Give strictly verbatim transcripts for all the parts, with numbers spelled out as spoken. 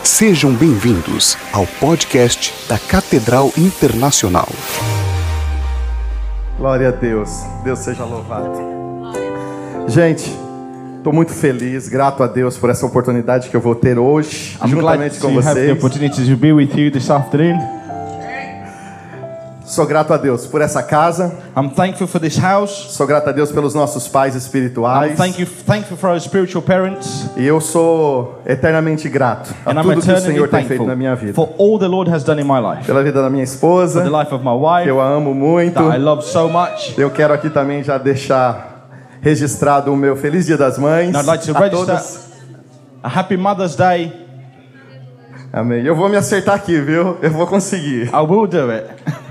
Sejam bem-vindos ao podcast da Catedral Internacional. Glória a Deus, Deus seja louvado. Gente, estou muito feliz, grato a Deus por essa oportunidade que eu vou ter hoje, I'm juntamente com glad to have the vocês. opportunity to be with you this afternoon. Sou grato a Deus por essa casa. I'm thankful for this house. Sou grato a Deus pelos nossos pais I'm espirituais. thank you, thankful for our spiritual parents. E eu sou eternamente grato a And I'm tudo que o eternally Senhor tem feito thankful na minha vida. for all the Lord has done in my life. Pela vida da minha For esposa, the life of my que wife, eu a amo muito. that I love so much. Eu quero aqui também já deixar registrado o meu Feliz Dia das Mães. And I'd like to A register todas. a happy Mother's Day. Amém. Eu vou me acertar aqui, viu? Eu vou conseguir. I will do it.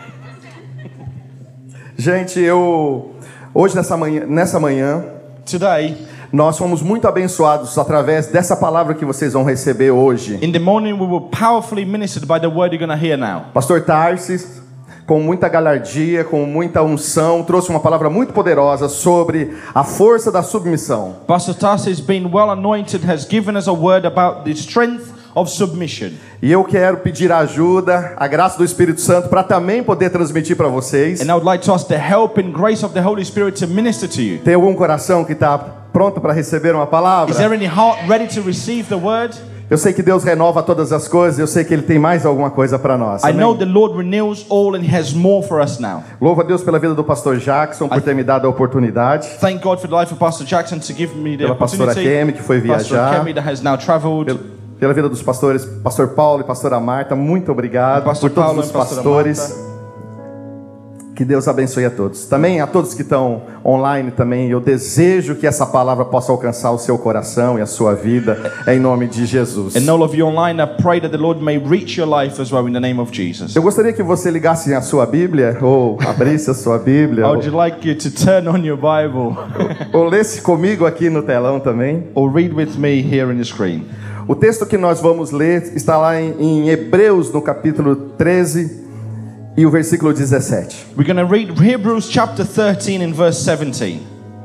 Gente, eu hoje nessa manhã, nessa manhã, Today, nós fomos muito abençoados através dessa palavra que vocês vão receber hoje. in the morning, we were powerfully ministered by the word you're going to hear now. Pastor Tarsis, com muita galardia, com muita unção, trouxe uma palavra muito poderosa sobre a força da submissão. Pastor Tarsis, being well anointed, has given us a word about the strength of submission. E eu quero pedir a ajuda, a graça do Espírito Santo para também poder transmitir para vocês. And I would like to ask the help and grace of the Holy Spirit to minister to you. Tem algum coração que está pronto para receber uma palavra? Is there any heart ready to receive the word? Eu sei que Deus renova todas as coisas, eu sei que Ele tem mais alguma coisa para nós. I Amém? know the Lord renews all and He has more for us now. Louvo a Deus pela vida do pastor Jackson por ter me dado a oportunidade. Thank God for the life of Pastor Jackson to give me the Pela pastora opportunity. Kemi, que foi Pastor viajar. Kemi that has now traveled. Pel- Pela vida dos pastores, pastor Paulo e pastora Marta, muito obrigado. Pastor Por todos Paulo os e pastora pastores. Que Deus abençoe a todos. Também a todos que estão online também, eu desejo que essa palavra possa alcançar o seu coração e a sua vida, em nome de Jesus. And all of you online, I pray that the Lord may reach your life as well in the name of Jesus. Eu gostaria que você ligasse a sua Bíblia, ou abrisse a sua Bíblia, I ou, would like you to turn on your Bible ou lesse comigo aqui no telão também. or read with me here in the screen. O texto que nós vamos ler está lá em, em Hebreus, no capítulo treze e o versículo dezessete. We're going to read Hebrews chapter thirteen and verse seventeen.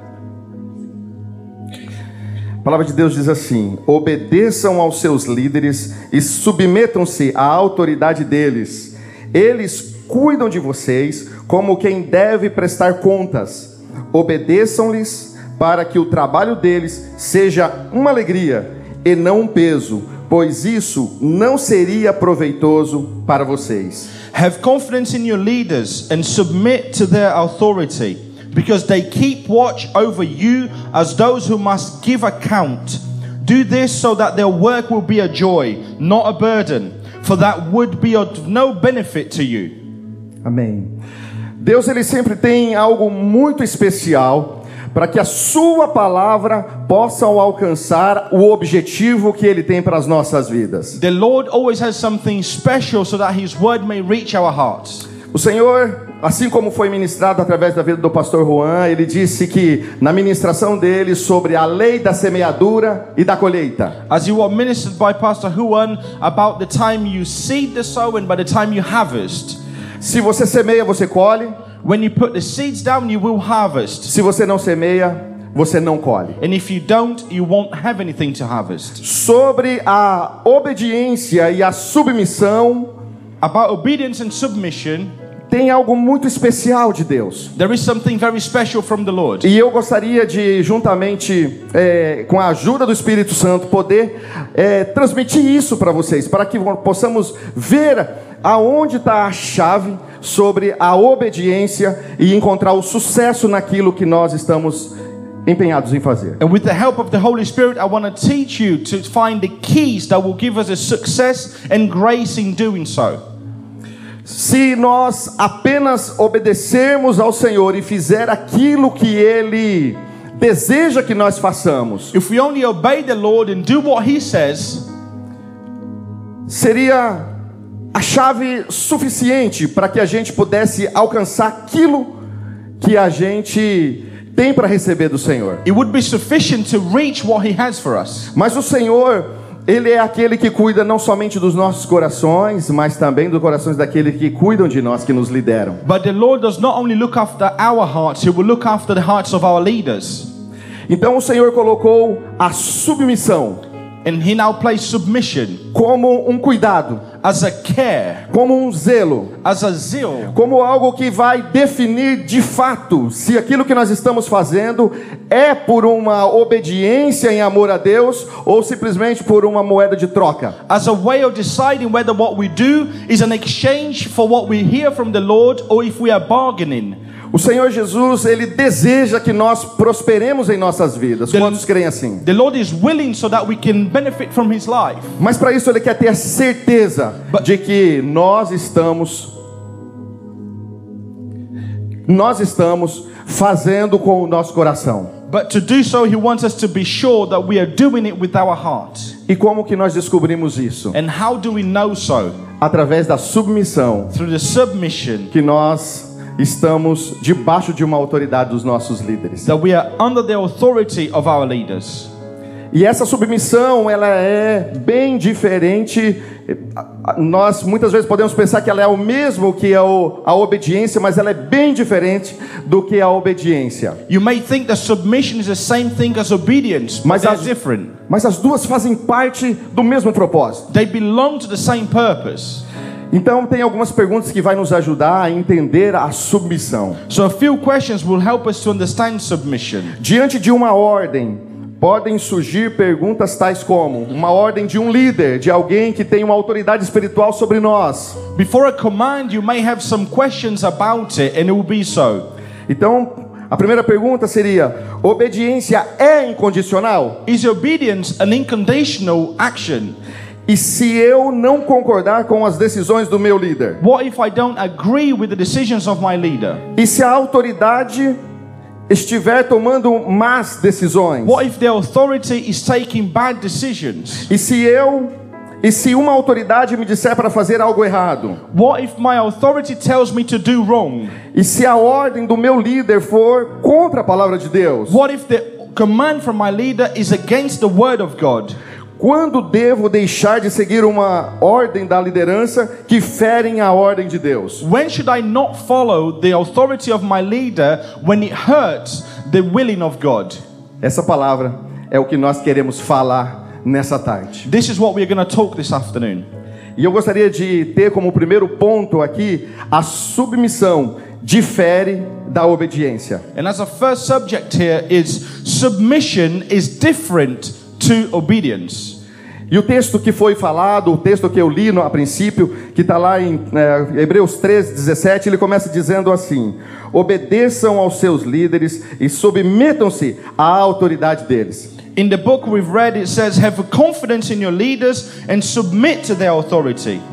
A palavra de Deus diz assim: obedeçam aos seus líderes e submetam-se à autoridade deles. Eles cuidam de vocês como quem deve prestar contas. Obedeçam-lhes para que o trabalho deles seja uma alegria e não um peso, pois isso não seria proveitoso para vocês. Have confidence in your leaders and submit to their authority, because they keep watch over you as those who must give account. Do this so that their work will be a joy, not a burden, for that would be of no benefit to you. Amém. Deus, ele sempre tem algo muito especial para que a sua palavra possa alcançar o objetivo que ele tem para as nossas vidas. The Lord always has something special so that His word may reach our hearts. O Senhor, assim como foi ministrado através da vida do pastor Juan, ele disse que na ministração dele sobre a lei da semeadura e da colheita. As you were ministered by Pastor Juan about the time you seed the sow and by the time you harvest. Se você semeia, você colhe. When you put the seeds down, you will harvest. Se você não semeia, você não colhe. And if you don't, you won't have anything to harvest. Sobre a obediência e a submissão, About obedience and submission, tem algo muito especial de Deus. there is something very special from the Lord. E eu gostaria de, juntamente é, com a ajuda do Espírito Santo, poder é, transmitir isso para vocês, para que possamos ver aonde está a chave sobre a obediência e encontrar o sucesso naquilo que nós estamos empenhados em fazer. And with the help of the Holy Spirit, I want to teach you to find the keys that will give us a success and grace in doing so. Se nós apenas obedecermos ao Senhor e fizer aquilo que Ele deseja que nós façamos, If we only obey the Lord and do what He says, seria a chave suficiente para que a gente pudesse alcançar aquilo que a gente tem para receber do Senhor. it would be sufficient to reach what He has for us. Mas o Senhor, Ele é aquele que cuida não somente dos nossos corações, mas também dos corações daqueles que cuidam de nós, que nos lideram. But the Lord does not only look after our hearts, He will look after the hearts of our leaders. Então o Senhor colocou a submissão And he now plays submission como um cuidado, as a care, como um zelo, as a zeal, como algo que vai definir de fato se aquilo que nós estamos fazendo é por uma obediência em amor a Deus ou simplesmente por uma moeda de troca. as a way of deciding whether what we do is an exchange for what we hear from the Lord or if we are bargaining. O Senhor Jesus, Ele deseja que nós prosperemos em nossas vidas. Quantos creem assim? The Lord is willing so that we can benefit from His life. Mas para isso Ele quer ter a certeza de que nós estamos nós estamos fazendo com o nosso coração. But to do so, He wants us to be sure that we are doing it with our heart. E como que nós descobrimos isso? And how do we know so? Através da submissão, Through the submission que nós estamos debaixo de uma autoridade dos nossos líderes. that we are under the authority of our leaders. E essa submissão, ela é bem diferente. Nós muitas vezes podemos pensar que ela é o mesmo que a, a obediência, mas ela é bem diferente do que a obediência. You may think that submission is the same thing as obedience, but Mas they're as, different. mas as duas fazem parte do mesmo propósito. They belong to the same purpose. Então tem algumas perguntas que vai nos ajudar a entender a submissão. So a few questions will help us to understand submission. Diante de uma ordem, podem surgir perguntas tais como uma ordem de um líder, de alguém que tem uma autoridade espiritual sobre nós. Before a command, you may have some questions about it, and it will be so. Então, a primeira pergunta seria: obediência é incondicional? Is obedience an unconditional action? E se eu não concordar com as decisões do meu líder? What if I don't agree with the decisions of my leader? E se a autoridade estiver tomando más decisões? What if the authority is taking bad decisions? E se eu e se uma autoridade me disser para fazer algo errado? What if my authority tells me to do wrong? E se a ordem do meu líder for contra a palavra de Deus? What if the command from my leader is against the word of God? Quando devo deixar de seguir uma ordem da liderança que ferem a ordem de Deus? When should I not follow the authority of my leader when it hurts the willing of God? Essa palavra é o que nós queremos falar nessa tarde. This is what we're going to talk this afternoon. E eu gostaria de ter como primeiro ponto aqui a submissão difere da obediência. And as a first subject here is submission is different to obedience. E o texto que foi falado, o texto que eu li no, a princípio, que está lá em é, Hebreus treze, dezessete, ele começa dizendo assim: obedeçam aos seus líderes e submetam-se à autoridade deles. In the book we've read, it says, have confidence in your leaders and submit to their authority.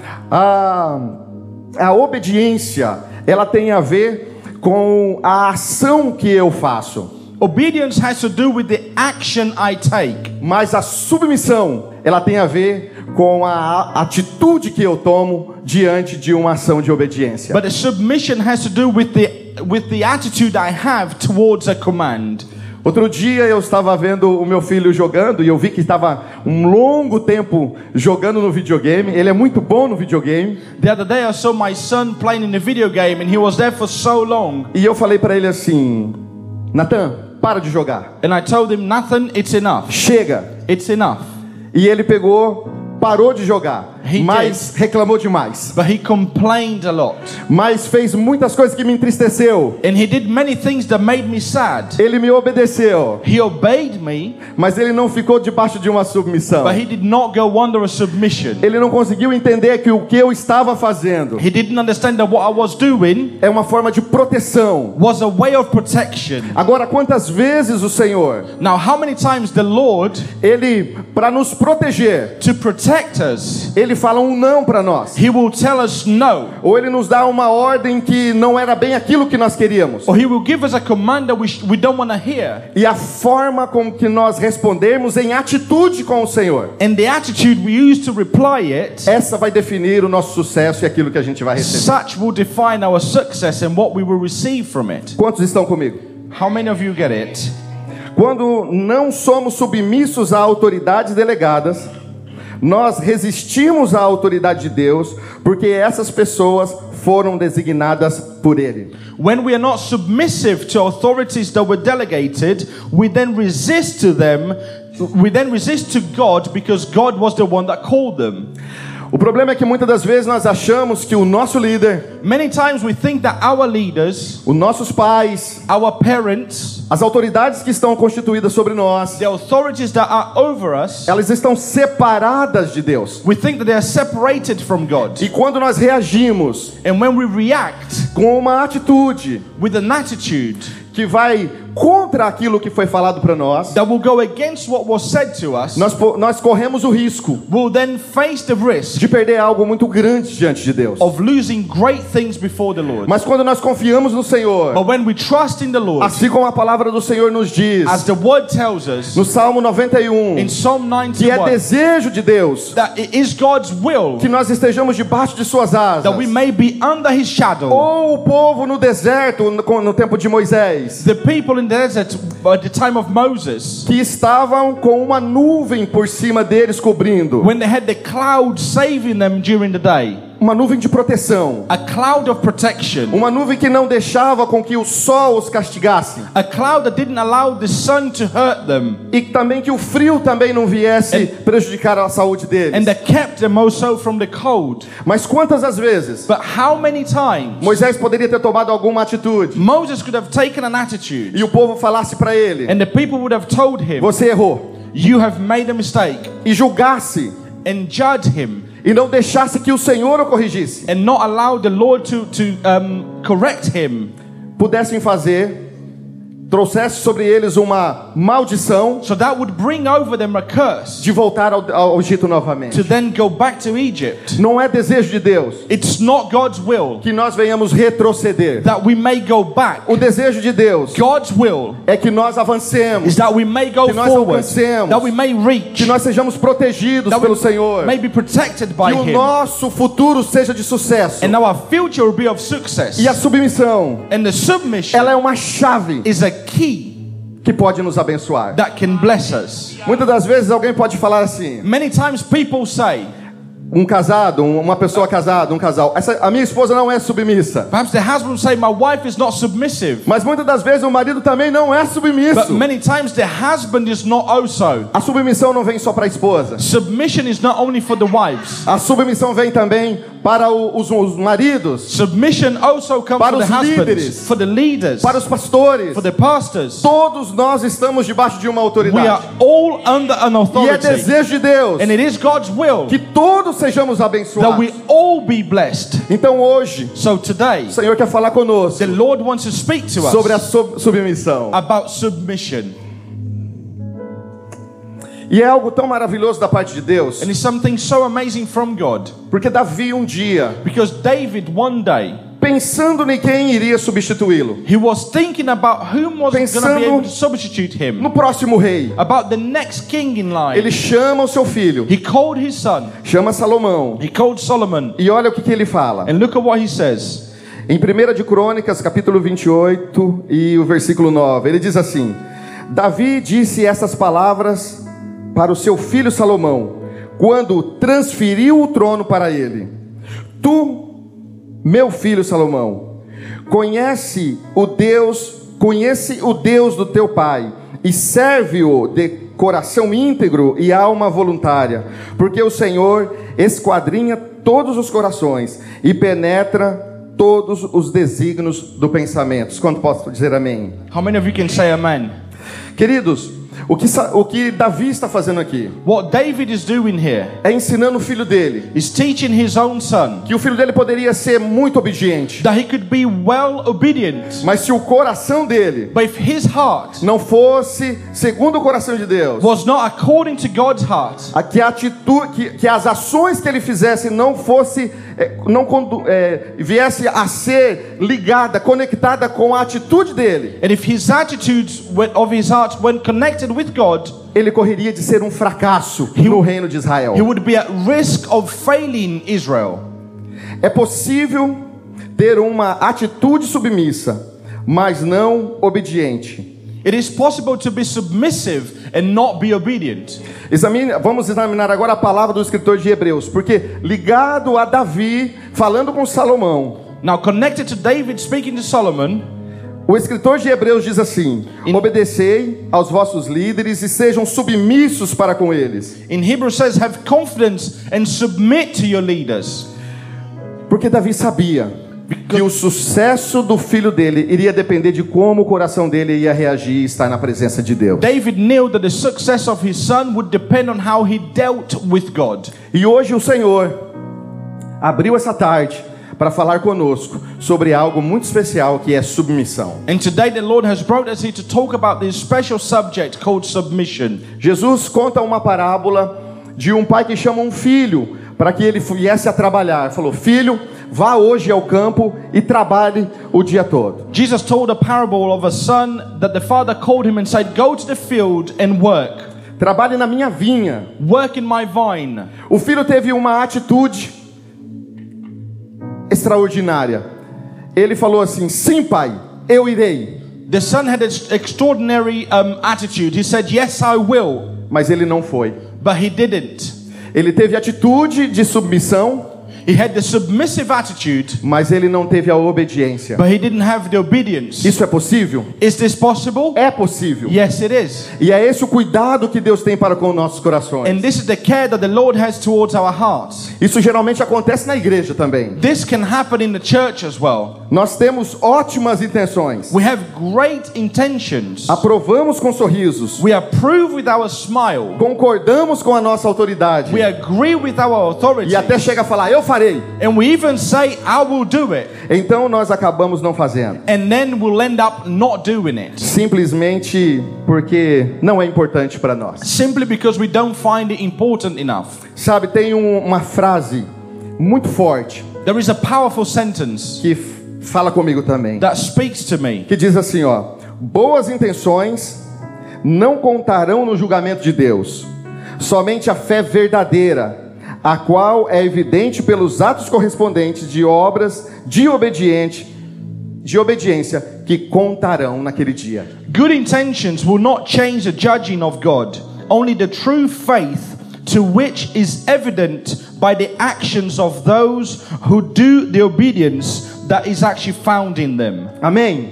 A, a obediência, ela tem a ver com a ação que eu faço. Obedience has to do with the action I take. Mas a submissão, ela tem a ver com a atitude que eu tomo diante de uma ação de obediência. But the submission has to do with the with the attitude I have towards a command. Outro dia eu estava vendo o meu filho jogando e eu vi que estava um longo tempo jogando no videogame. Ele é muito bom no videogame. The other day I saw my son playing in the video game and he was there for so long. E eu falei para ele assim: Nathan, para de jogar. And I told him, Nathan, it's enough. Chega. It's enough. E ele pegou, parou de jogar, He mas reclamou demais. But he complained a lot. Mas fez muitas coisas que me entristeceu. And he did many things that made me sad. Ele me obedeceu, He obeyed me, mas ele não ficou debaixo de uma submissão. but he did not go under a submission. Ele não conseguiu entender que o que eu estava fazendo He didn't understand that what I was doing é uma forma de proteção. was a way of protection. Agora, quantas vezes o Senhor, Now, how many times the Lord, Ele, para nos proteger, to protect us, Ele fala um não para nós. He will tell us no. Ou Ele nos dá uma ordem que não era bem aquilo que nós queríamos. Or He will give us a command that we, sh- we don't want to hear. E a forma com que nós respondemos em atitude com o Senhor, And the attitude we use to reply it, essa vai definir o nosso sucesso e aquilo que a gente vai receber. such will define our success and what we will receive from it. Quantos estão comigo? How many of you get it? Quando não somos submissos a autoridades delegadas, nós resistimos à autoridade de Deus, porque essas pessoas foram designadas por Ele. When we are not submissive to authorities that were delegated, we then resist to them we then resist to God because God was the one that called them. O problema é que muitas das vezes nós achamos que o nosso líder, Many times we think that our leaders, os nossos pais, our parents, as autoridades que estão constituídas sobre nós, the authorities that are over us, elas estão separadas de Deus. we think that they are separated from God. E quando nós reagimos And when we react com uma atitude with an attitude que vai contra aquilo que foi falado para nós, that will go against what was said to us, nós, nós corremos o risco we'll then face the risk de perder algo muito grande diante de Deus. of losing great things before the Lord. Mas quando nós confiamos no Senhor, But when we trust in the Lord, assim como a palavra do Senhor nos diz, as the word tells us no Salmo noventa e um, in Psalm que é ninety-one, desejo de Deus that it is God's will que nós estejamos debaixo de suas asas. that we may be under his shadow. Ou o povo no deserto no, no tempo de Moisés, The people in the desert at the time of Moses, que estavam com uma nuvem por cima deles cobrindo, when they had the cloud saving them during the day, uma nuvem de proteção, a cloud of protection, uma nuvem que não deixava com que o sol os castigasse, a cloud that didn't allow the sun to hurt them, e também que o frio também não viesse prejudicar a saúde deles. and that kept them also from the cold. Mas quantas as vezes But how many times Moisés poderia ter tomado alguma atitude Moses could have taken an attitude e o povo falasse para ele: and the people would have told him, você errou, you have made a mistake, e julgasse and judge him, e não deixasse que o Senhor o corrigisse, and not allow the Lord to, to um, correct him, pudessem fazer, trouxesse sobre eles uma maldição so that would bring over them a curse de voltar ao, ao Egito novamente. to then go back to Egypt. Não é desejo de Deus It's not God's will que nós venhamos retroceder. that we may go back. O desejo de Deus God's will é que nós avancemos, is that we may go que nós forward, alcancemos, that we may reach, que nós sejamos protegidos that pelo we Senhor, may be protected by que o Him, nosso futuro seja de sucesso. and our future will be of success. E a submissão, And the submission ela é uma chave is a key que pode nos abençoar. that can bless us. Muitas das vezes alguém pode falar assim, Many times people say, um casado, um- uma pessoa casada, um casal, essa, a minha esposa não é submissa. perhaps the husband will say, my wife is not submissive. Mas muitas das vezes o marido também não é But submisso. many times the husband is not also. A submissão não vem só para a esposa. Submission is not only for the wives. A submissão vem também para o- os, os maridos, Submission also comes Para for the os husbands, líderes. for the leaders, para os pastores. for the pastors. Todos nós estamos debaixo de uma We autoridade. are all under an E é authority. desejo de Deus And it is God's will que todos sejamos abençoados. that we all be blessed. Então hoje, So today, o Senhor quer falar conosco the Lord wants to speak to sobre a us sub- submissão. about submission. E é algo tão maravilhoso da parte de Deus, And it's something so amazing from God. porque Davi um dia, Because David one day, pensando em quem iria substituí-lo, he was thinking about whom was going to be Pensando able to substitute him. no próximo rei, About the next king in line. ele chama o seu filho, He called his son. chama Salomão, He called Solomon. e olha o que, que ele fala. And look at what he says. Em primeira de Crônicas, capítulo vinte e oito e o versículo nove, ele diz assim: Davi disse essas palavras para o seu filho Salomão, quando transferiu o trono para ele: Tu, meu filho Salomão, conhece o Deus, conhece o Deus do teu pai e serve-o de coração íntegro e alma voluntária, porque o Senhor esquadrinha todos os corações e penetra todos os desígnios do pensamento. Quanto posso dizer amém? How many of you can say amen? Queridos, o que, Sa- o que Davi está fazendo aqui What David is doing here é ensinando o filho dele is teaching his own son que o filho dele poderia ser muito obediente, that he could be well obedient, mas se o coração dele but if his heart não fosse segundo o coração de Deus, was not according to God's heart, a que a atitude, que, que as ações que ele fizesse não fosse, é, não condu, é, viesse a ser ligada, conectada com a atitude dele, and if his attitudes went- of his heart weren't connected with God, ele correria de ser um fracasso no reino de Israel. he would be at risk of failing Israel. É possível ter uma atitude submissa, mas não obediente. It is possible to be submissive and not be obedient. Examine, vamos examinar agora a palavra do escritor de Hebreus, porque ligado a Davi falando com Salomão, Now, connected to David speaking to Solomon, O escritor de Hebreus diz assim: obedecei aos vossos líderes e sejam submissos para com eles. In Hebrews says, have confidence and submit to your leaders. Porque Davi sabia que o sucesso do filho dele iria depender de como o coração dele ia reagir e estar na presença de Deus. David knew that the success of his son would depend on how he dealt with God. E hoje o Senhor abriu essa tarde para falar conosco sobre algo muito especial, que é submissão. And today the Lord has brought us here to talk about this special subject called submission. Jesus conta uma parábola de um pai que chama um filho para que ele viesse a trabalhar. Falou: filho, vá hoje ao campo e trabalhe o dia todo. Jesus told a parable of a son that the father called him and said, go to the field and work. Trabalhe na minha vinha. Work in my vine. O filho teve uma atitude extraordinária. Ele falou assim: sim, pai, eu irei. The son had an extraordinary um, attitude. He said, yes, I will. Mas ele não foi. But he didn't. Ele teve atitude de submissão, He had the submissive attitude, mas ele não teve a obediência. but he didn't have the obedience. Isso é possível? Is this possible? É possível. Yes, it is. E é esse o cuidado que Deus tem para com nossos corações. And this is the care that the Lord has towards our hearts. Isso geralmente acontece na igreja também. This can happen in the church as well. Nós temos ótimas intenções. We have great intentions. Aprovamos com sorrisos. We approve with our smile. Concordamos com a nossa autoridade. We agree with our authority. E até chega a falar: eu farei. And we even say, I will do it. Então nós acabamos não fazendo. And then we'll end up not doing it. Simplesmente porque não é importante para nós. Simply because we don't find it important enough. Sabe, tem um, uma frase muito forte There is a powerful sentence que f- fala comigo também, that speaks to me. que diz assim, ó: boas intenções não contarão no julgamento de Deus. Somente a fé verdadeira, a qual é evidente pelos atos correspondentes de obras de obediente, de obediência, que contarão naquele dia. Good intentions will not change the judging of God. Only the true faith, to which is evident by the actions of those who do the obedience that is actually found in them. Amém?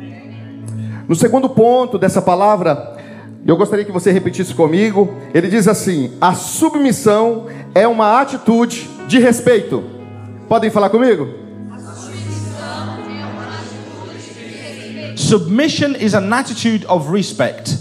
No segundo ponto dessa palavra, eu gostaria que você repetisse comigo. Ele diz assim: a submissão é uma atitude de respeito. Podem falar comigo? Submission is an attitude of respect.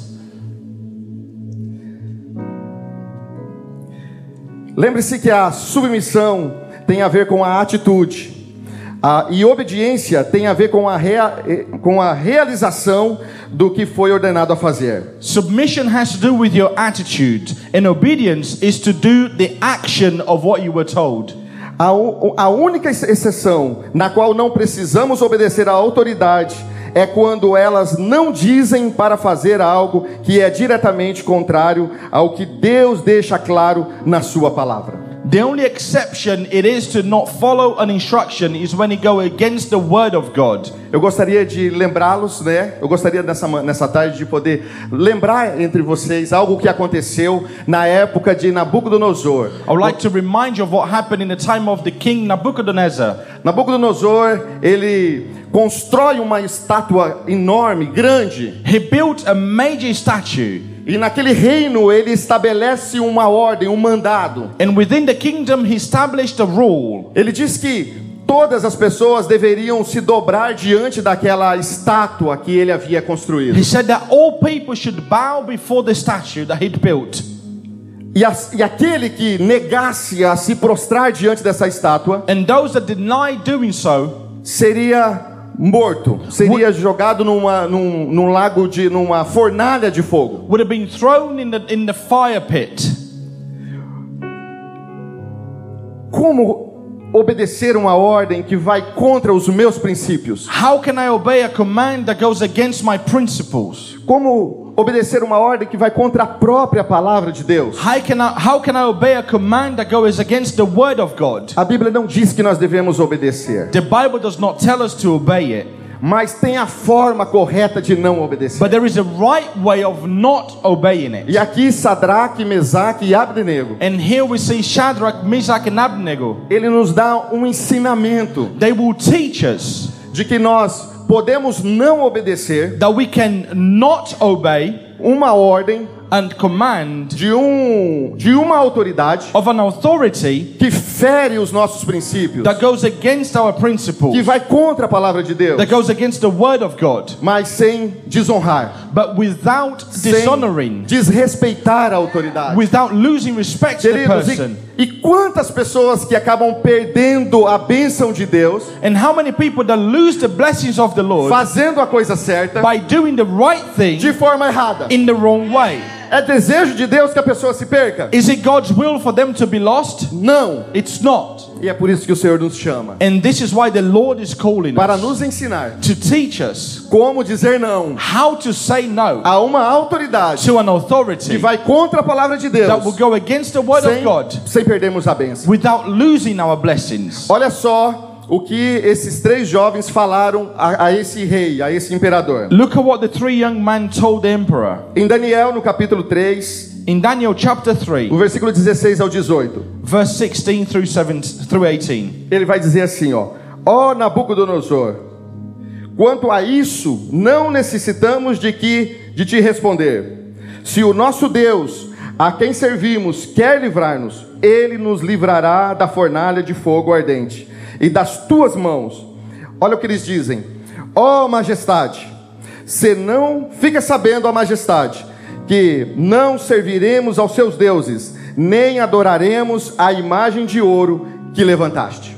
Lembre-se que a submissão tem a ver com a atitude, a, e obediência tem a ver com a, rea, com a realização do que foi ordenado a fazer. Submission has to do with your attitude, and obedience is to do the action of what you were told. A, a única exceção na qual não precisamos obedecer à autoridade é quando elas não dizem para fazer algo que é diretamente contrário ao que Deus deixa claro na sua palavra. The only exception it is to not follow an instruction is when it go against the word of God. Eu gostaria de lembrá-los, né? Eu gostaria nessa, nessa tarde de poder lembrar entre vocês algo que aconteceu na época de Nabucodonosor. I would like to remind you of what happened in the time of the king Nebuchadnezzar. Nabucodonosor, ele constrói uma estátua enorme, grande. He built a major statue. E naquele reino ele estabelece uma ordem, um mandado. And within the kingdom he established a rule. Ele diz que todas as pessoas deveriam se dobrar diante daquela estátua que ele havia construído. He said that all people should bow before the statue that he'd built. E, as, e aquele que negasse a se prostrar diante dessa estátua, And those that denied doing so seria morto, seria jogado numa, num, num lago de, numa fornalha de fogo. would have been thrown in the in the fire pit. Como obedecer uma ordem que vai contra os meus princípios? How can I obey a command that goes against my principles? Como obedecer uma ordem que vai contra a própria palavra de Deus? How can I, how can I obey a command that goes against the word of God? A Bíblia não diz que nós devemos obedecer, The Bible does not tell us to obey it, mas tem a forma correta de não obedecer. but there is a right way of not obeying it. E aqui Sadraque, Mesaque e Abdenego, And here we see Shadrach, Meshach, and Abednego. ele nos dá um ensinamento They will teach us de que nós podemos não obedecer that we can not obey uma ordem and command de, um, de uma autoridade of an authority que fere os nossos princípios, that goes against our principles, que vai contra a palavra de Deus, that goes against the word of God, mas sem desonrar, but without sem dishonoring, desrespeitar a autoridade. without losing respect to the Queridos, person. e, e quantas pessoas que acabam perdendo a bênção de Deus, And how many people that lose the blessings of the Lord fazendo a coisa certa by doing the right thing de forma errada. in the wrong way? É desejo de Deus que a pessoa se perca? Is it God's will for them to be lost? Não. It's not. E é por isso que o Senhor nos chama, And this is why the Lord is calling para us nos ensinar to teach us como dizer não how to say no a uma autoridade to an que authority vai contra a palavra de Deus, that will go against the word of sem, God sem perdermos a bênção. without losing our blessings. Olha só o que esses três jovens falaram a, a esse rei, a esse imperador. Look at what the three young men told the emperor. Em Daniel, no capítulo três, In Daniel chapter three, o versículo dezesseis ao dezoito, verse sixteen through seventeen through eighteen. ele vai dizer assim, ó: ó Nabucodonosor, quanto a isso, não necessitamos de que de te responder. Se o nosso Deus, a quem servimos, quer livrar-nos, ele nos livrará da fornalha de fogo ardente e das tuas mãos. Olha o que eles dizem: ó majestade, se não fica sabendo, a majestade, que não serviremos aos seus deuses, nem adoraremos a imagem de ouro que levantaste.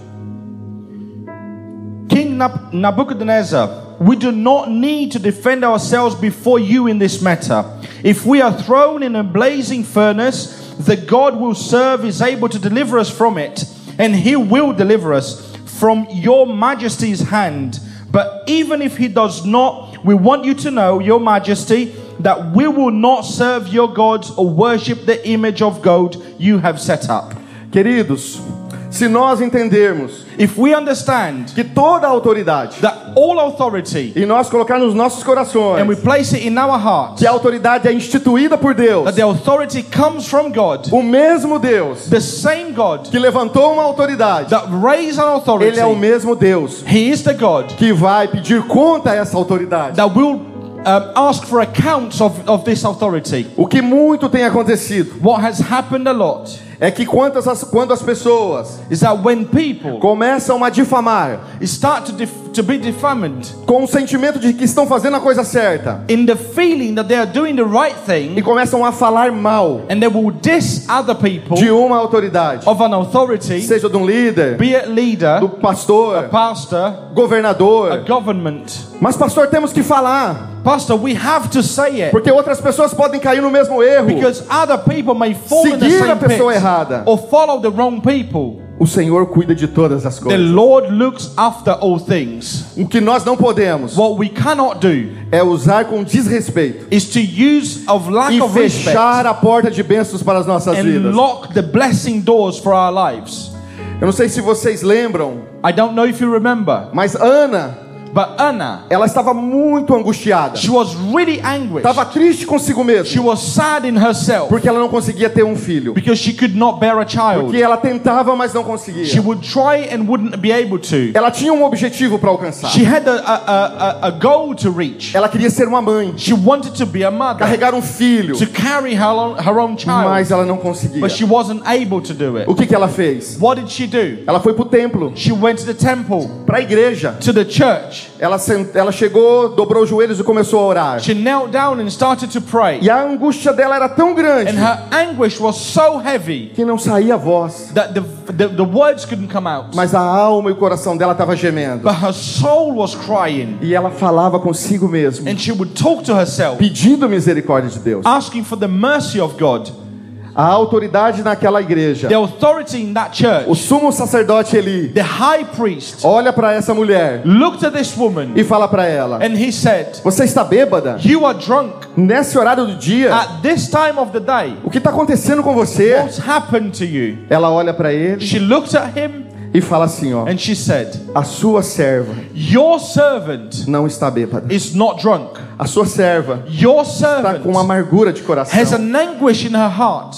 King Nab- Nebuchadnezzar, we do not need to defend ourselves before you in this matter. If we are thrown in a blazing furnace, the God will serve is able to deliver us from it, and he will deliver us from your majesty's hand. But even if he does not, we want you to know, your majesty, that we will not serve your gods or worship the image of gold you have set up. Queridos, se nós entendermos If we understand que toda a autoridade, that all authority, e nós colocar nos nossos corações and we place it in our hearts, que a autoridade é instituída por Deus, that the authority comes from God, o mesmo Deus the same God que levantou uma autoridade, that raised an authority, ele é o mesmo Deus he is the God que vai pedir conta a essa autoridade. that will um, ask for accounts of, of this authority. O que muito tem acontecido What has happened a lot é que quantas as, quando as pessoas is that when people começam a difamar start to, def, to be defamed com o sentimento de que estão fazendo a coisa certa in the feeling that they are doing the right e thing, começam a falar mal and they will diss other people de uma autoridade, of an authority, seja de um líder, be it leader, do pastor, pastor, governador. a government. Mas pastor, temos que falar, Pastor, we have to say it, porque outras pessoas podem cair no mesmo erro, because other people may fall in the seguir a same pit pessoa errada. or follow the wrong people. O Senhor cuida de todas as The coisas. Lord looks after all things. O que nós não podemos What we cannot do é usar com desrespeito is to use of lack e of respect fechar a porta de bênçãos para as nossas and vidas. lock the blessing doors for our lives. Eu não sei se vocês lembram, I don't know if you remember, mas Ana, but Anna, ela estava muito angustiada, she was really anguished. estava triste consigo She mesma, was sad in herself porque ela não conseguia ter um filho, because she could not bear a child. porque ela tentava, mas não conseguia. She would try and wouldn't be able to. Ela tinha um objetivo para alcançar. She had a, a, a, a goal to reach. Ela queria ser uma mãe, She wanted to be a mother, carregar um filho, to carry her own, her own child, mas ela não conseguia. but she wasn't able to do it. O que que ela fez? What did she do? Ela foi para o templo, She went to the temple, para a igreja. to the church. Ela, sent, ela chegou, dobrou os joelhos e começou a orar. She knelt down and started to pray. E a angústia dela era tão grande And her anguish was so heavy que não saía a voz, that the, the, the words couldn't come out. mas a alma e o coração dela estava gemendo. But her soul was crying. E ela falava consigo mesma, And she would talk to herself, pedindo misericórdia de Deus. asking for the mercy of God. A autoridade naquela igreja, The authority in that church, o sumo sacerdote Eli, the high priest, olha para essa mulher looked at this woman e fala para ela: and he said, você está bêbada? you are drunk Nesse horário do dia? at this time of the day. O que está acontecendo com você? What's happened to you? Ela olha para ele She looked at him e fala assim, ó: and she said, a sua serva your servant não está bêbada. is not drunk. A sua serva Your está servant com amargura de coração. has an anguish in her heart.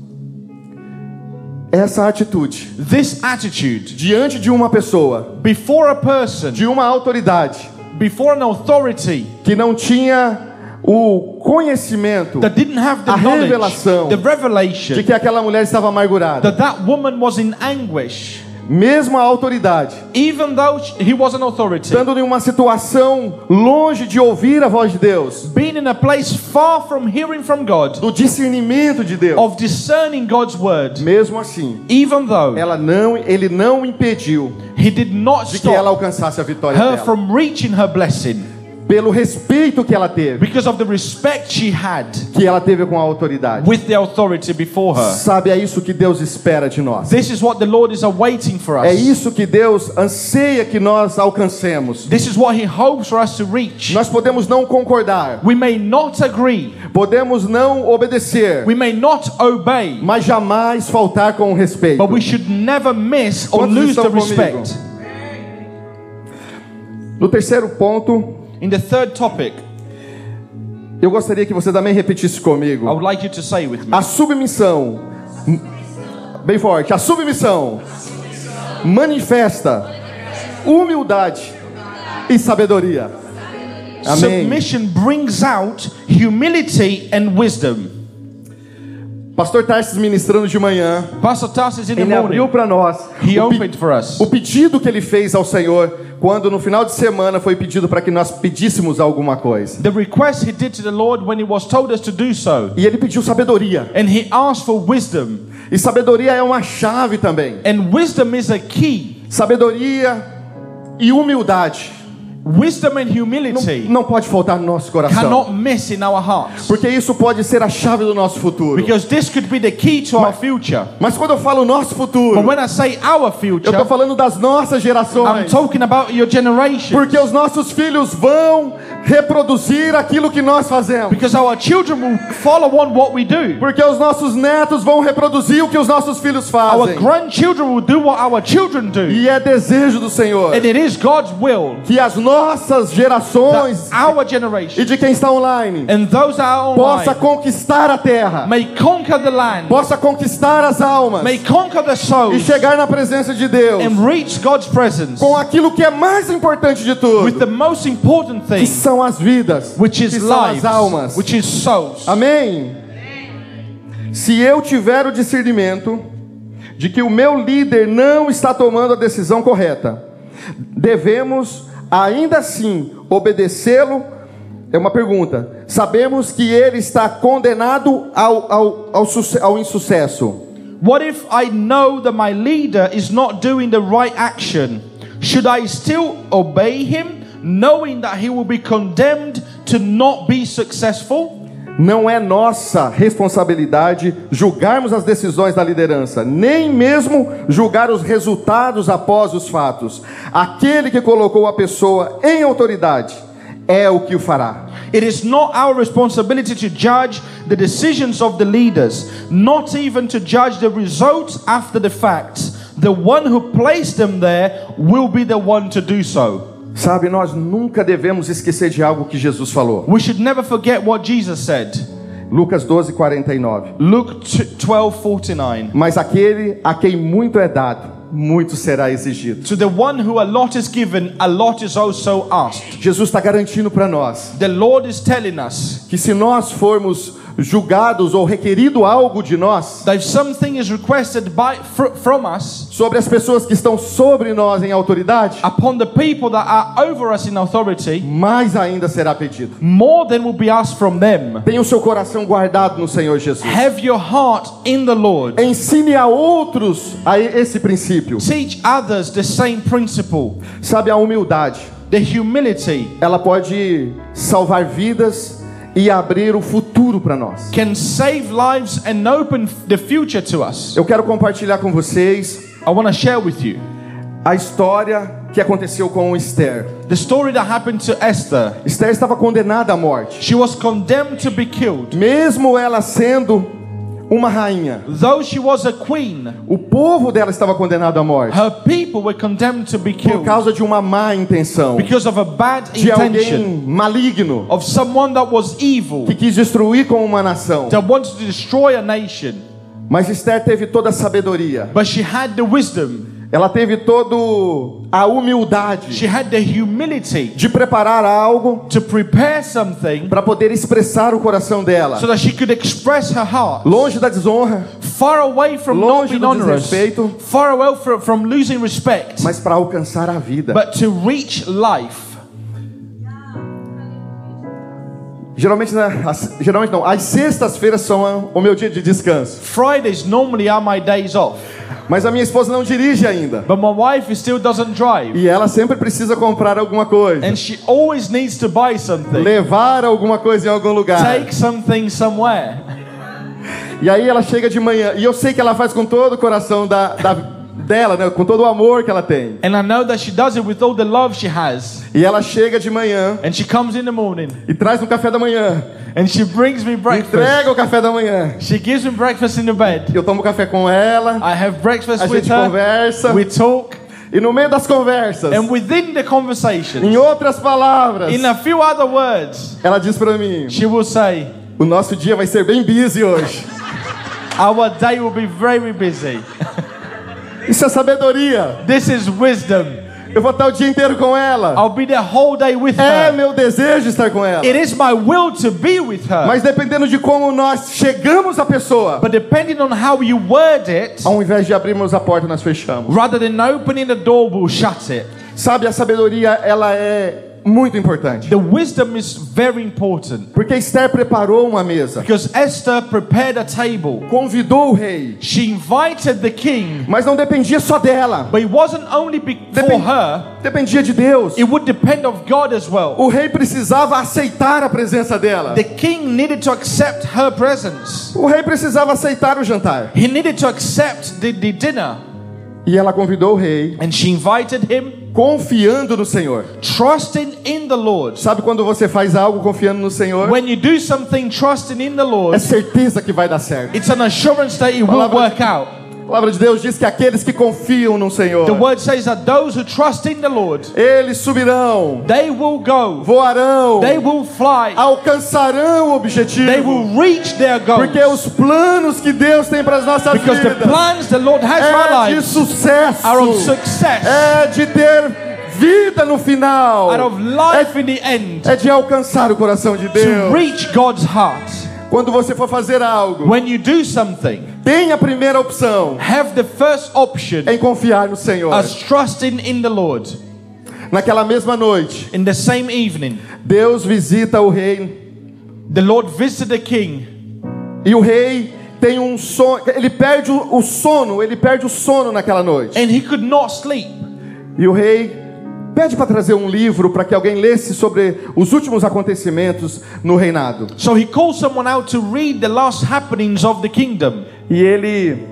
Essa atitude This attitude diante de uma pessoa, before a person, de uma autoridade, before an authority que não tinha o conhecimento, that didn't have the a knowledge, revelação the revelation, de que aquela mulher estava amargurada, that that woman was in anguish, mesmo a autoridade, even though he was an authority, estando em uma situação longe de ouvir a voz de Deus, being in a place far from hearing from God, do discernimento de Deus, of discerning God's word, mesmo assim, even though ela não, ele não impediu he did not de que ela stop alcançasse a vitória her dela, from reaching her blessing, pelo respeito que ela teve, because of the respect she had que ela teve com a autoridade. with the authority before her. Sabe, é isso que Deus espera de nós. This is what the Lord is awaiting for us. É isso que Deus anseia que nós alcancemos. This is what He hopes for us to reach. Nós podemos não concordar, We may not agree, podemos não obedecer, we may not obey, mas jamais faltar com respeito. but we should never miss or Quantos lose estão the comigo? respect. No terceiro ponto, In the third topic, eu gostaria que você também repetisse I comigo. would like you to say with me. A submissão, bem forte, a submissão manifesta humildade e sabedoria. Amém. Submission brings out humility and wisdom. Pastor Tarsis ministrando de manhã, Pastor Tarsis in the ele abriu morning, para nós he o, pe- opened for us o pedido que ele fez ao Senhor quando no final de semana foi pedido para que nós pedíssemos alguma coisa. the request he did to the Lord when he was told us to do so. E ele pediu sabedoria. And he asked for wisdom. E sabedoria é uma chave também. And wisdom is a key. Sabedoria e humildade Wisdom and não, humility não pode faltar no nosso coração. cannot miss in our hearts. Porque isso pode ser a chave do nosso futuro. Because this could be the key to our future. Mas quando eu falo nosso futuro, But when I say our eu future, estou falando das nossas I'm gerações. talking about your generation. Porque os nossos filhos vão reproduzir aquilo que nós fazemos. Because our children will follow on what we do. Porque os nossos netos vão reproduzir o que os nossos filhos Our fazem. grandchildren will do what our children do. E é desejo do Senhor And it is God's will que as nossas that gerações our e generation de quem está online and those that are possa online conquistar a terra, may conquer the land, possa conquistar as almas may conquer the e souls, chegar na presença de Deus and reach God's presence com aquilo que é mais importante de with the tudo, most important que thing, são as vidas, which que is são as lives, almas. which is souls. Amém? Se eu tiver o discernimento de que o meu líder não está tomando a decisão correta, devemos ainda assim obedecê-lo? É uma pergunta. Sabemos que ele está condenado ao, ao, ao, suce- ao insucesso. What if I know that my leader is not doing the right action? Should I still obey him, knowing that he will be condemned to not be successful? Não é nossa responsabilidade julgarmos as decisões da liderança, nem mesmo julgar os resultados após os fatos. Aquele que colocou a pessoa em autoridade é o que o fará. It is not our responsibility to judge the decisions of the leaders, not even to judge the results after the fact. The one who placed them there will be the one to do so. Sabe, nós nunca devemos esquecer de algo que Jesus falou. We should never forget what Jesus said. Lucas doze, quarenta e nove. Luke twelve forty-nine. Mas aquele a quem muito é dado, muito será exigido. To the one who a lot is given, a lot is also asked. Jesus está garantindo para nós The Lord is telling us que se nós formos julgados ou requerido algo de nós, that if something is requested by fr- from us sobre as pessoas que estão sobre nós em autoridade, upon the people that are over us in authority, mais ainda será pedido. more than will be asked from them. Tenha o seu coração guardado no Senhor Jesus. Have your heart in the Lord. Ensine a outros a esse princípio. Teach others the same principle. Sabe, a humildade, The humility ela pode salvar vidas e abrir o futuro para nós. can save lives and open the future to us. Eu quero compartilhar com vocês I want to share with you a história que aconteceu com Esther. the story that happened to Esther. Esther estava condenada à morte, She was condemned to be killed. mesmo ela sendo uma rainha. Though she was a queen, O povo dela estava condenado à morte her people were condemned to be por killed causa de uma má intenção, because of a bad de intention alguém maligno of someone that was evil, que quis destruir com uma nação. that wanted to destroy a nation. Mas Esther teve toda a sabedoria But she had the wisdom Ela teve todo a humildade She had the humility de preparar algo to prepare something para poder expressar o coração dela, so that she could express her heart. longe da desonra, Far away from not longe being do honorous, desrespeito, far away from, from losing respect, mas para alcançar a vida. but to reach life. Geralmente, né, as, geralmente não, as sextas-feiras são a, o meu dia de descanso. Fridays normally are my days off, Mas a minha esposa não dirige ainda. but my wife still doesn't drive, E ela sempre precisa comprar alguma coisa, and she always needs to buy something, levar alguma coisa em algum lugar. take something somewhere. E aí ela chega de manhã, e eu sei que ela faz com todo o coração da, da, dela, né, com todo o amor que ela tem. And I know that she does it with all the love she has. E ela chega de manhã And she comes in the morning e traz um café da manhã. and she brings me breakfast. Entrega o café da manhã. She gives me breakfast in the bed. Eu tomo café com ela, I have breakfast a with gente her. conversa. We talk. E no meio das conversas, And within the conversation, em outras palavras, in a few other words, ela diz pra mim: she will say, o nosso dia vai ser bem busy hoje. our day will be very busy. Isso é sabedoria. This is wisdom. Eu vou estar o dia inteiro com ela. I'll be the whole day with É her. meu desejo estar com ela. It is my will to be with her. Mas dependendo de como nós chegamos à pessoa, But depending on how you word it, ao invés de abrirmos a porta, nós fechamos. rather than opening the door, we'll shut it. Sabe, a sabedoria, ela é muito importante. The wisdom is very important. Porque Esther preparou uma mesa, Because Esther prepared a table. convidou o rei, She invited the king, mas não dependia só dela. but it wasn't only be- for Depend- her, Dependia de Deus. it would depend on God as well. O rei precisava aceitar a presença dela. The king needed to accept her presence. O rei precisava aceitar o jantar. He needed to accept the, the dinner. E ela convidou o rei, And she invited him, confiando no Senhor. trusting in the Lord. Sabe quando você faz algo confiando no Senhor? When you do something trusting in the É Lord, certeza que vai dar certo. it's an assurance that it will Palavra- work out. A palavra de Deus diz que aqueles que confiam no Senhor, The word says that those who trust in the Lord, eles subirão, they will go, voarão, they will fly, alcançarão o objetivo. they will reach their goals. Porque os planos que Deus tem para as nossas Because the vidas plans the Lord has for our é de lives sucesso, are of success, é de ter vida no final, are of life in the end, é de alcançar o coração de to Deus. reach God's heart. Quando você for fazer algo, When you do something, tenha a primeira opção have the first option em confiar no Senhor. as trusting in the Lord. Naquela mesma noite, In the same evening, Deus visita o rei the Lord visited the king, e o rei tem um sono, ele perde o o sono, ele perde o sono naquela noite. and he could not sleep. E o rei pede para trazer um livro para que alguém lesse sobre os últimos acontecimentos no reinado. So he called someone out to read the last happenings of the kingdom. E ele,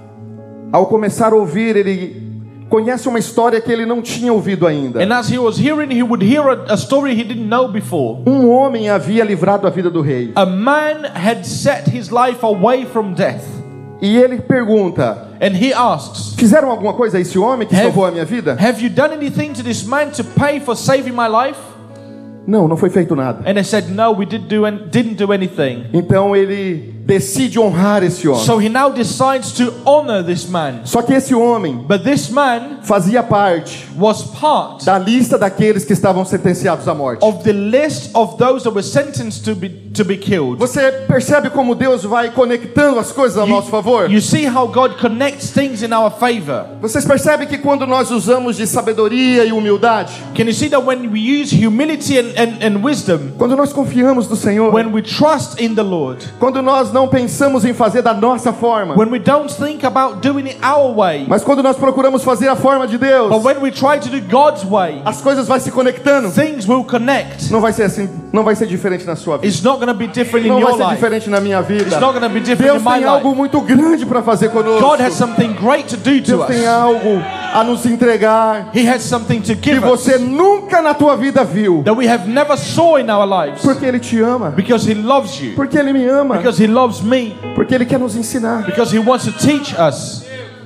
ao começar a ouvir, ele conhece uma história que ele não tinha ouvido ainda. And as he was hearing, he would hear a, a story he didn't know before. Um homem havia livrado a vida do rei. A man had set his life away from death. E ele pergunta: And he asks, fizeram alguma coisa a esse homem que Have- salvou a minha vida? have you done anything to this man to pay for saving my life? Não, não foi feito nada. And they said, no, we did do an- didn't do anything. Então ele decide honrar esse homem. So he now decides to honor this man. Só que esse homem But this man fazia parte was part da lista daqueles que estavam sentenciados à morte. of the list of those that were sentenced to be to be killed. Você percebe como Deus vai conectando as coisas a nosso favor? You see how God connects things in our favor. Vocês percebem que quando nós usamos de sabedoria e humildade, Can you see that when we use humility and, and, and wisdom, quando nós confiamos no Senhor, when we trust in the Lord, quando nós não pensamos em fazer da nossa forma, when we don't think about doing it our way, mas quando nós procuramos fazer a forma de Deus, but when we try to do God's way, as coisas vão se conectando. things will connect. Não vai ser assim, não vai ser diferente na sua vida. It's not going to be different in Não vai your ser life. diferente na minha vida. It's not going to be different Deus in my tem life. algo muito grande para fazer conosco. God has something great to do to Deus tem us. algo a nos entregar He has something to que give você us nunca na tua vida viu. that we have never saw in our lives. Porque Ele te ama. Because He loves you. Porque Ele me ama. Because He loves me. Porque Ele quer nos ensinar. Because He wants to teach us.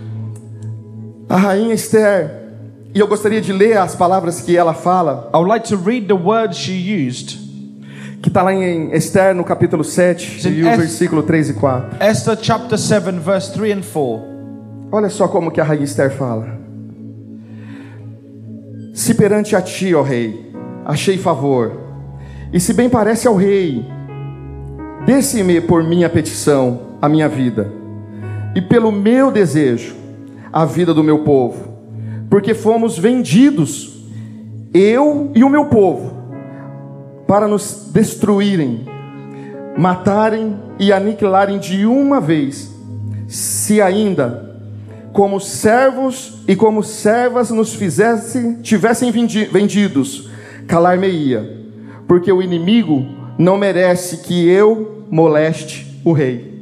A rainha Esther, e eu gostaria de ler as palavras que ela fala, I would like to read the words she used. que está lá em Esther no capítulo sete, e o Es- versículo três e quatro. Esther chapter seven verse three and four. Olha só como que a rainha Esther fala. Se perante a ti, ó rei, achei favor, e se bem parece ao rei, desse-me por minha petição a minha vida, e pelo meu desejo a vida do meu povo, porque fomos vendidos, eu e o meu povo, para nos destruírem, matarem e aniquilarem de uma vez. Se ainda, como servos e como servas nos fizesse, tivessem vendidos, calar-me-ia, porque o inimigo não merece que eu moleste o rei.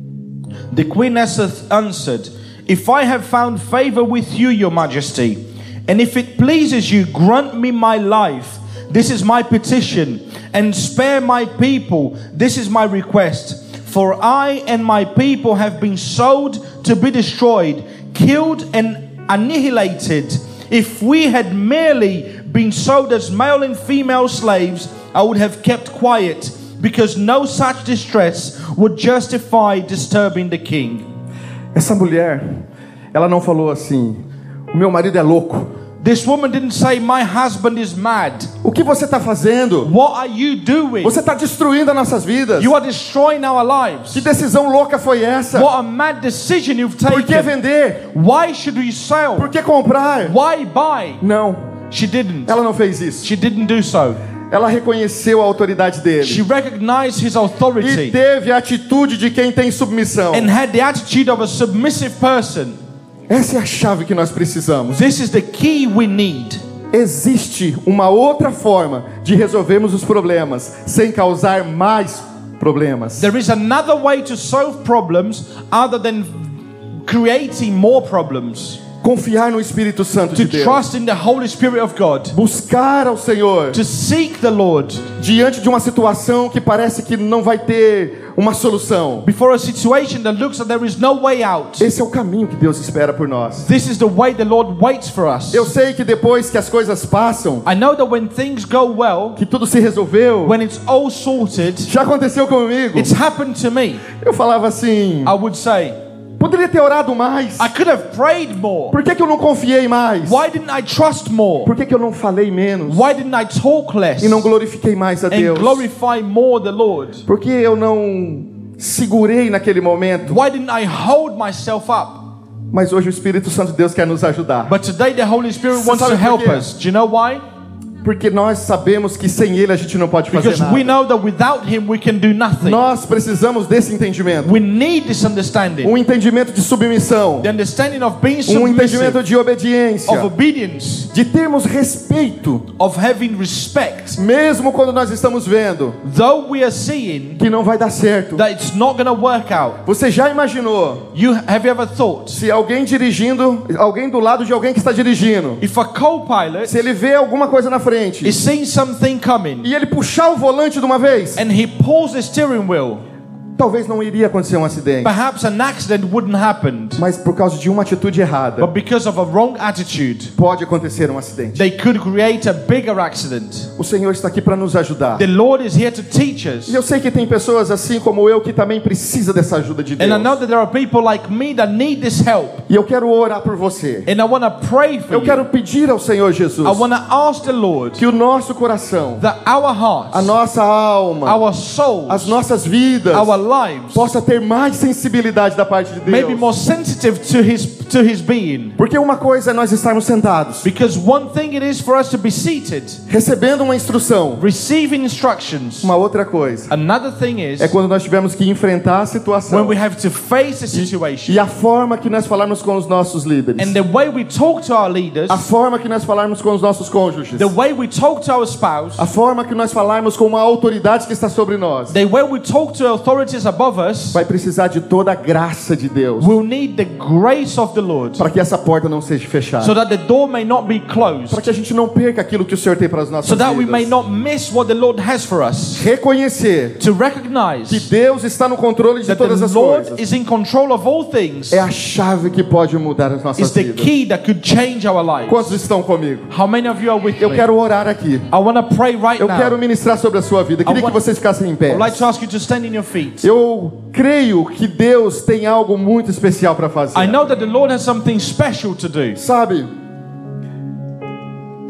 The queen Esther answered, If I have found favor with you, your majesty, and if it pleases you, grant me my life. This is my petition, and spare my people. This is my request. For I and my people have been sold to be destroyed, killed and annihilated. If we had merely been sold as male and female slaves, I would have kept quiet, because no such distress would justify disturbing the king. Essa mulher, ela não falou assim: o meu marido é louco. This woman didn't say, my husband is mad. O que você está fazendo? What are you doing? Você está destruindo as nossas vidas. You are destroying our lives. Que decisão louca foi essa? What a mad decision you've taken. Por que vender? Why should we sell? Por que comprar? Why buy? Não. She didn't. Ela não fez isso. She didn't do so. Ela reconheceu a autoridade dele. She recognized his authority. E teve a atitude de quem tem submissão. And had the attitude of a submissive person. Essa é a chave que nós precisamos. This is the key we need. Existe uma outra forma de resolvermos os problemas sem causar mais problemas. There is another way to solve problems other than creating more problems. Confiar no Espírito Santo de To Deus. trust in the Holy Spirit of God. Buscar ao Senhor. To seek the Lord. Diante de uma situação que parece que não vai ter uma solução. Before a situation that looks like there is no way out. Esse é o caminho que Deus espera por nós. This is the way the Lord waits for us. Eu sei que depois que as coisas passam, I know that when things go well, que tudo se resolveu, when it's all sorted, já aconteceu comigo. it's happened to me. Eu falava assim: I would say, poderia ter orado mais. I could have prayed more. Por que que eu não confiei mais? Why didn't I trust more? Por que que eu não falei menos? Why didn't I talk less? E não glorifiquei mais a And Deus? glorify more the Lord? Por que eu não segurei naquele momento? Why didn't I hold myself up? Mas hoje o Espírito Santo de Deus quer nos ajudar. But today the Holy Spirit Você wants sabe to por help quê? us. Do you know why? Porque nós sabemos que sem Ele a gente não pode fazer Because we nada. know that without Him we can do nothing. Nós precisamos desse entendimento. We need this understanding. Um entendimento de submissão. The understanding of being Um entendimento submissive, de obediência. of obedience, De termos respeito. of having respect. Mesmo quando nós estamos vendo Though we are seeing que não vai dar certo. that it's not going to work out. Você já imaginou You have you ever thought se alguém dirigindo, alguém do lado de alguém que está dirigindo, if a co-pilot se ele vê alguma coisa na frente is seeing something coming e ele puxar o volante de uma vez, and he pulls the steering wheel, talvez não iria acontecer um acidente. perhaps an accident wouldn't happen. Mas por causa de uma atitude errada, But because of a wrong attitude, pode acontecer um acidente. they could create a bigger accident. O Senhor está aqui para nos ajudar. The Lord is here to teach us. E eu sei que tem pessoas assim como eu que também precisa dessa ajuda de Deus. And I know that there are people like me that need this help. E eu quero orar por você. And I want to pray for Eu you. quero pedir ao Senhor Jesus I want to ask the Lord que o nosso coração, that our hearts, a nossa alma, our souls, as nossas vidas our lives possa ter mais sensibilidade da parte de may be Deus. more sensitive to his to his being. Porque uma coisa é nós estarmos sentados, Because one thing it is for us to be seated, recebendo uma instrução. receiving instructions. Uma outra coisa Another thing is é quando nós tivermos que enfrentar a situação. when we have to face the situation. E a forma que nós falarmos com os nossos líderes. And the way we talk to our leaders, A forma que nós falarmos com os nossos cônjuges. the way we talk to our spouse, A forma que nós falarmos com uma autoridade que está sobre nós. the way we talk to authorities above us, Vai precisar de toda a graça de Deus we'll need the grace of the Lord para que essa porta não seja fechada. so that the door may not be closed, Para que a gente não perca aquilo que o Senhor tem para as nossas so that we may vidas. not miss what the Lord has for us. Reconhecer To recognize que Deus está no controle de that todas the as Lord coisas is in control of all things é a chave que pode mudar as is nossas the vidas. key that could change our lives. Quantos estão comigo? How many of you are with Eu me? quero orar aqui. I want to pray right Eu now. quero ministrar sobre a sua vida. Queria I want- que vocês ficassem em pé. I'd like to ask you to stand in your feet. Eu creio que Deus tem algo muito especial para fazer. I know that the Lord has something special to do. Sabe?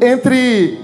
entre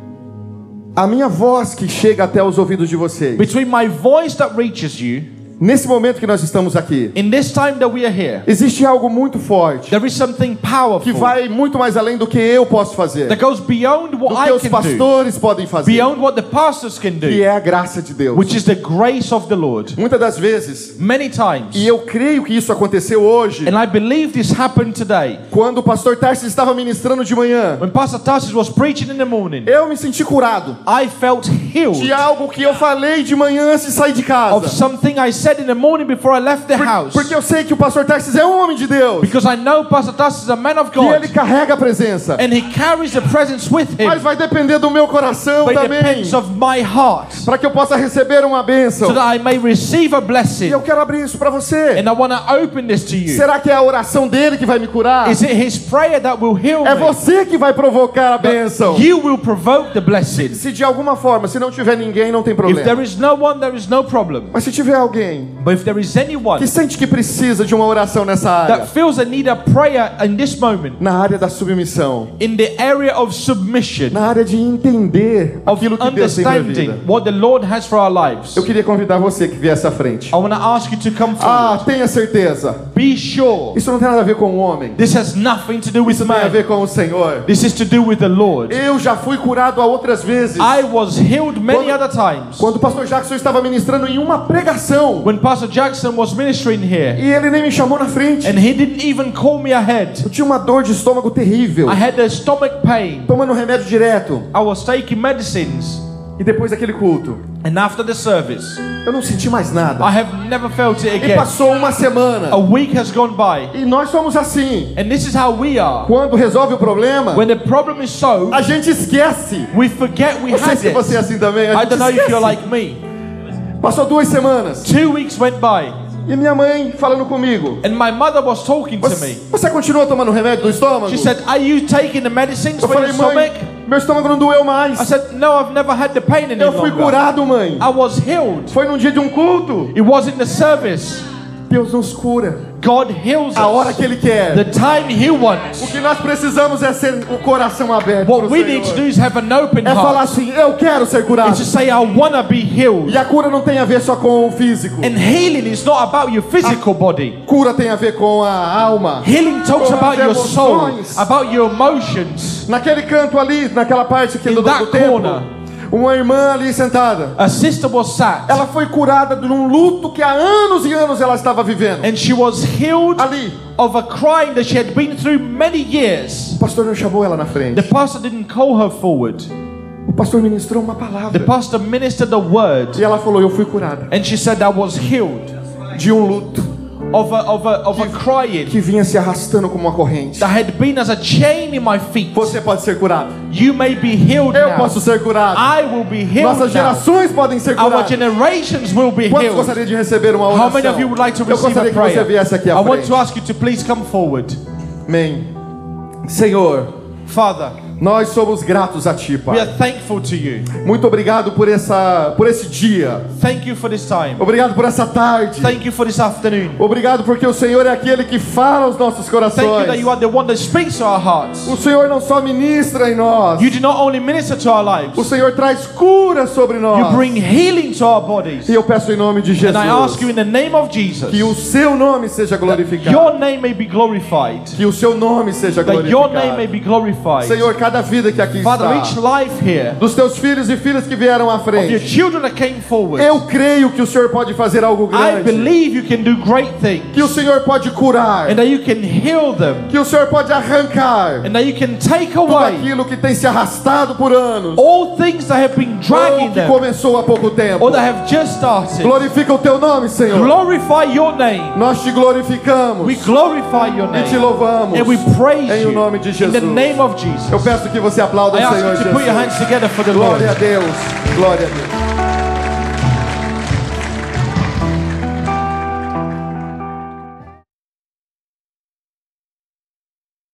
a minha voz que chega até os ouvidos de vocês, between my voice that reaches you, nesse momento que nós estamos aqui, in this time that we are here, existe algo muito forte there is something que powerful vai muito mais além do que eu posso fazer, that goes beyond what do que I os can do, pastores podem fazer, beyond what the pastors can que do, é a graça de Deus. which is the grace of the Lord. Muitas das vezes, Many times, e eu creio que isso aconteceu hoje, and I believe this happened today, quando o pastor Tarsis estava ministrando de manhã, when Pastor Tarsis was preaching in the morning, eu me senti curado I felt healed de algo que eu falei de manhã antes de sair de of casa. something I said in the morning before I left the house. Porque eu sei que o pastor Tarsis é um homem de Deus, Because I know Pastor Tarsis is a man of e ele God, carrega a presença. and he carries the presence with him. Mas vai depender do meu coração But it também, depends of my heart, para que eu possa receber uma bênção. so that I may receive a E blessing. eu quero abrir isso para você. And I want to open this to you. Será que é a oração dele que vai me curar? Is it his prayer that will heal É me? você que vai provocar a bênção. You will provoke the blessing. Se de alguma forma, se não tiver ninguém, não tem If there problema. is no one, there is no problem. Mas se tiver alguém But if there is anyone que sente que precisa de uma oração nessa área, that feels a need a prayer in this moment, na área da submissão, in the area of submission, na área de entender of aquilo que Deus tem para a vida, understanding what the Lord has for our lives, eu queria convidar você que viesse à frente. I want to ask you to come Ah, forward. tenha certeza. Be sure Isso não tem nada a ver com o homem. this has nothing to do with Isso tem a man. ver com o Senhor. This is to do with the Lord. Eu já fui curado há outras vezes. I was healed many Quando- other times Quando o pastor Jackson estava ministrando em uma pregação, when Pastor Jackson was ministering here, e ele nem me chamou na frente. and he didn't even call me ahead. Eu tinha uma dor de estômago terrível, I had a stomach pain. tomando remédio direto. I was taking medicines, E depois daquele culto, and after the service, eu não senti mais I nada. have never felt it E again. passou uma semana. A week has gone by, E nós somos assim. and this is how we are. Quando resolve o problema, When the problem is solved, a gente esquece. we forget we Não sei had se você é it. assim também. A I gente don't know if you're esquece. like me. Passou duas semanas. Two weeks went by, E minha mãe falando comigo. and my mother was talking to Você, me. você continua tomando remédio do estômago? She said, "Are you taking the medicines Eu for your falei, mãe, stomach?" meu estômago não doeu mais. I said, "No, I've never had the pain any Eu fui longer. curado, mãe. I was healed. Foi num dia de um culto. It was in the service. Deus nos cura God heals a hora us. que Ele quer. The time He O wants. que nós precisamos é ser o coração aberto What pro we need to do Senhor. is have an open É falar heart. assim, eu quero ser curado. It's to say, I want to be healed. E a cura não tem a ver só com o físico. And healing is not about your physical body. Cura tem a ver com a alma. Healing talks Com as about your soul, emoções. about your emotions. Naquele canto ali, naquela parte aqui In do, do that templo, corner. uma irmã ali sentada. A sister was sat, Ela foi curada de um luto que há anos e anos ela estava vivendo. and she was healed Ali, of a crying that she had been through many years. o pastor não chamou ela na The frente. pastor didn't call her forward. O pastor ministrou uma The palavra. pastor ministered a word, E ela falou, eu fui curada and she said, I was healed de um luto of a, of a, of a crying que vinha se arrastando como uma corrente. that had been as a chain in my feet. Você pode ser curado. You may be healed Eu now. posso ser curado. I will be healed Nossas now. gerações podem ser Our curadas. generations will be Quantos healed. gostariam de receber uma How many oração? of you would like to Eu receive gostaria a que você prayer? viesse aqui I à want frente. to ask you to please come forward. Amém. Senhor, Father, nós somos gratos a Ti, we Pai. are thankful to you. Muito obrigado por essa, por esse dia. Thank you for this time. Obrigado por essa tarde. Thank you for this afternoon. Obrigado porque o Senhor é aquele que fala aos nossos Thank you that corações. you are the one that speaks to our hearts. O Senhor não só ministra em nós. You do not only minister to our lives, O Senhor traz cura sobre you nós. bring healing to our bodies. E eu peço em nome de And I ask you Jesus in the name of Jesus, que o Seu nome seja glorificado. your name may be glorified. Que o Seu nome seja That your name may glorificado. be glorified. Senhor, cada vida que aqui Father, each está, life here, dos Teus filhos e filhas que vieram à of your frente, children that came forward, eu creio que o Senhor pode fazer algo I grande. believe you can do great things. Que o Senhor pode curar. And that you can heal them. Que o Senhor pode arrancar And that you can take tudo away aquilo que tem se arrastado por anos. all things that have been Ou dragging que them começou há pouco tempo. or that have just started. Glorifica o Teu nome, Senhor. Glorify your name. Nós te glorificamos We glorify your e te name. louvamos And we praise em o you nome de in Jesus. the name of Jesus. Eu peço que você aplauda I o ask Senhor you to put your hands Jesus. together for the Lord. Glória a Deus. Glória a Deus.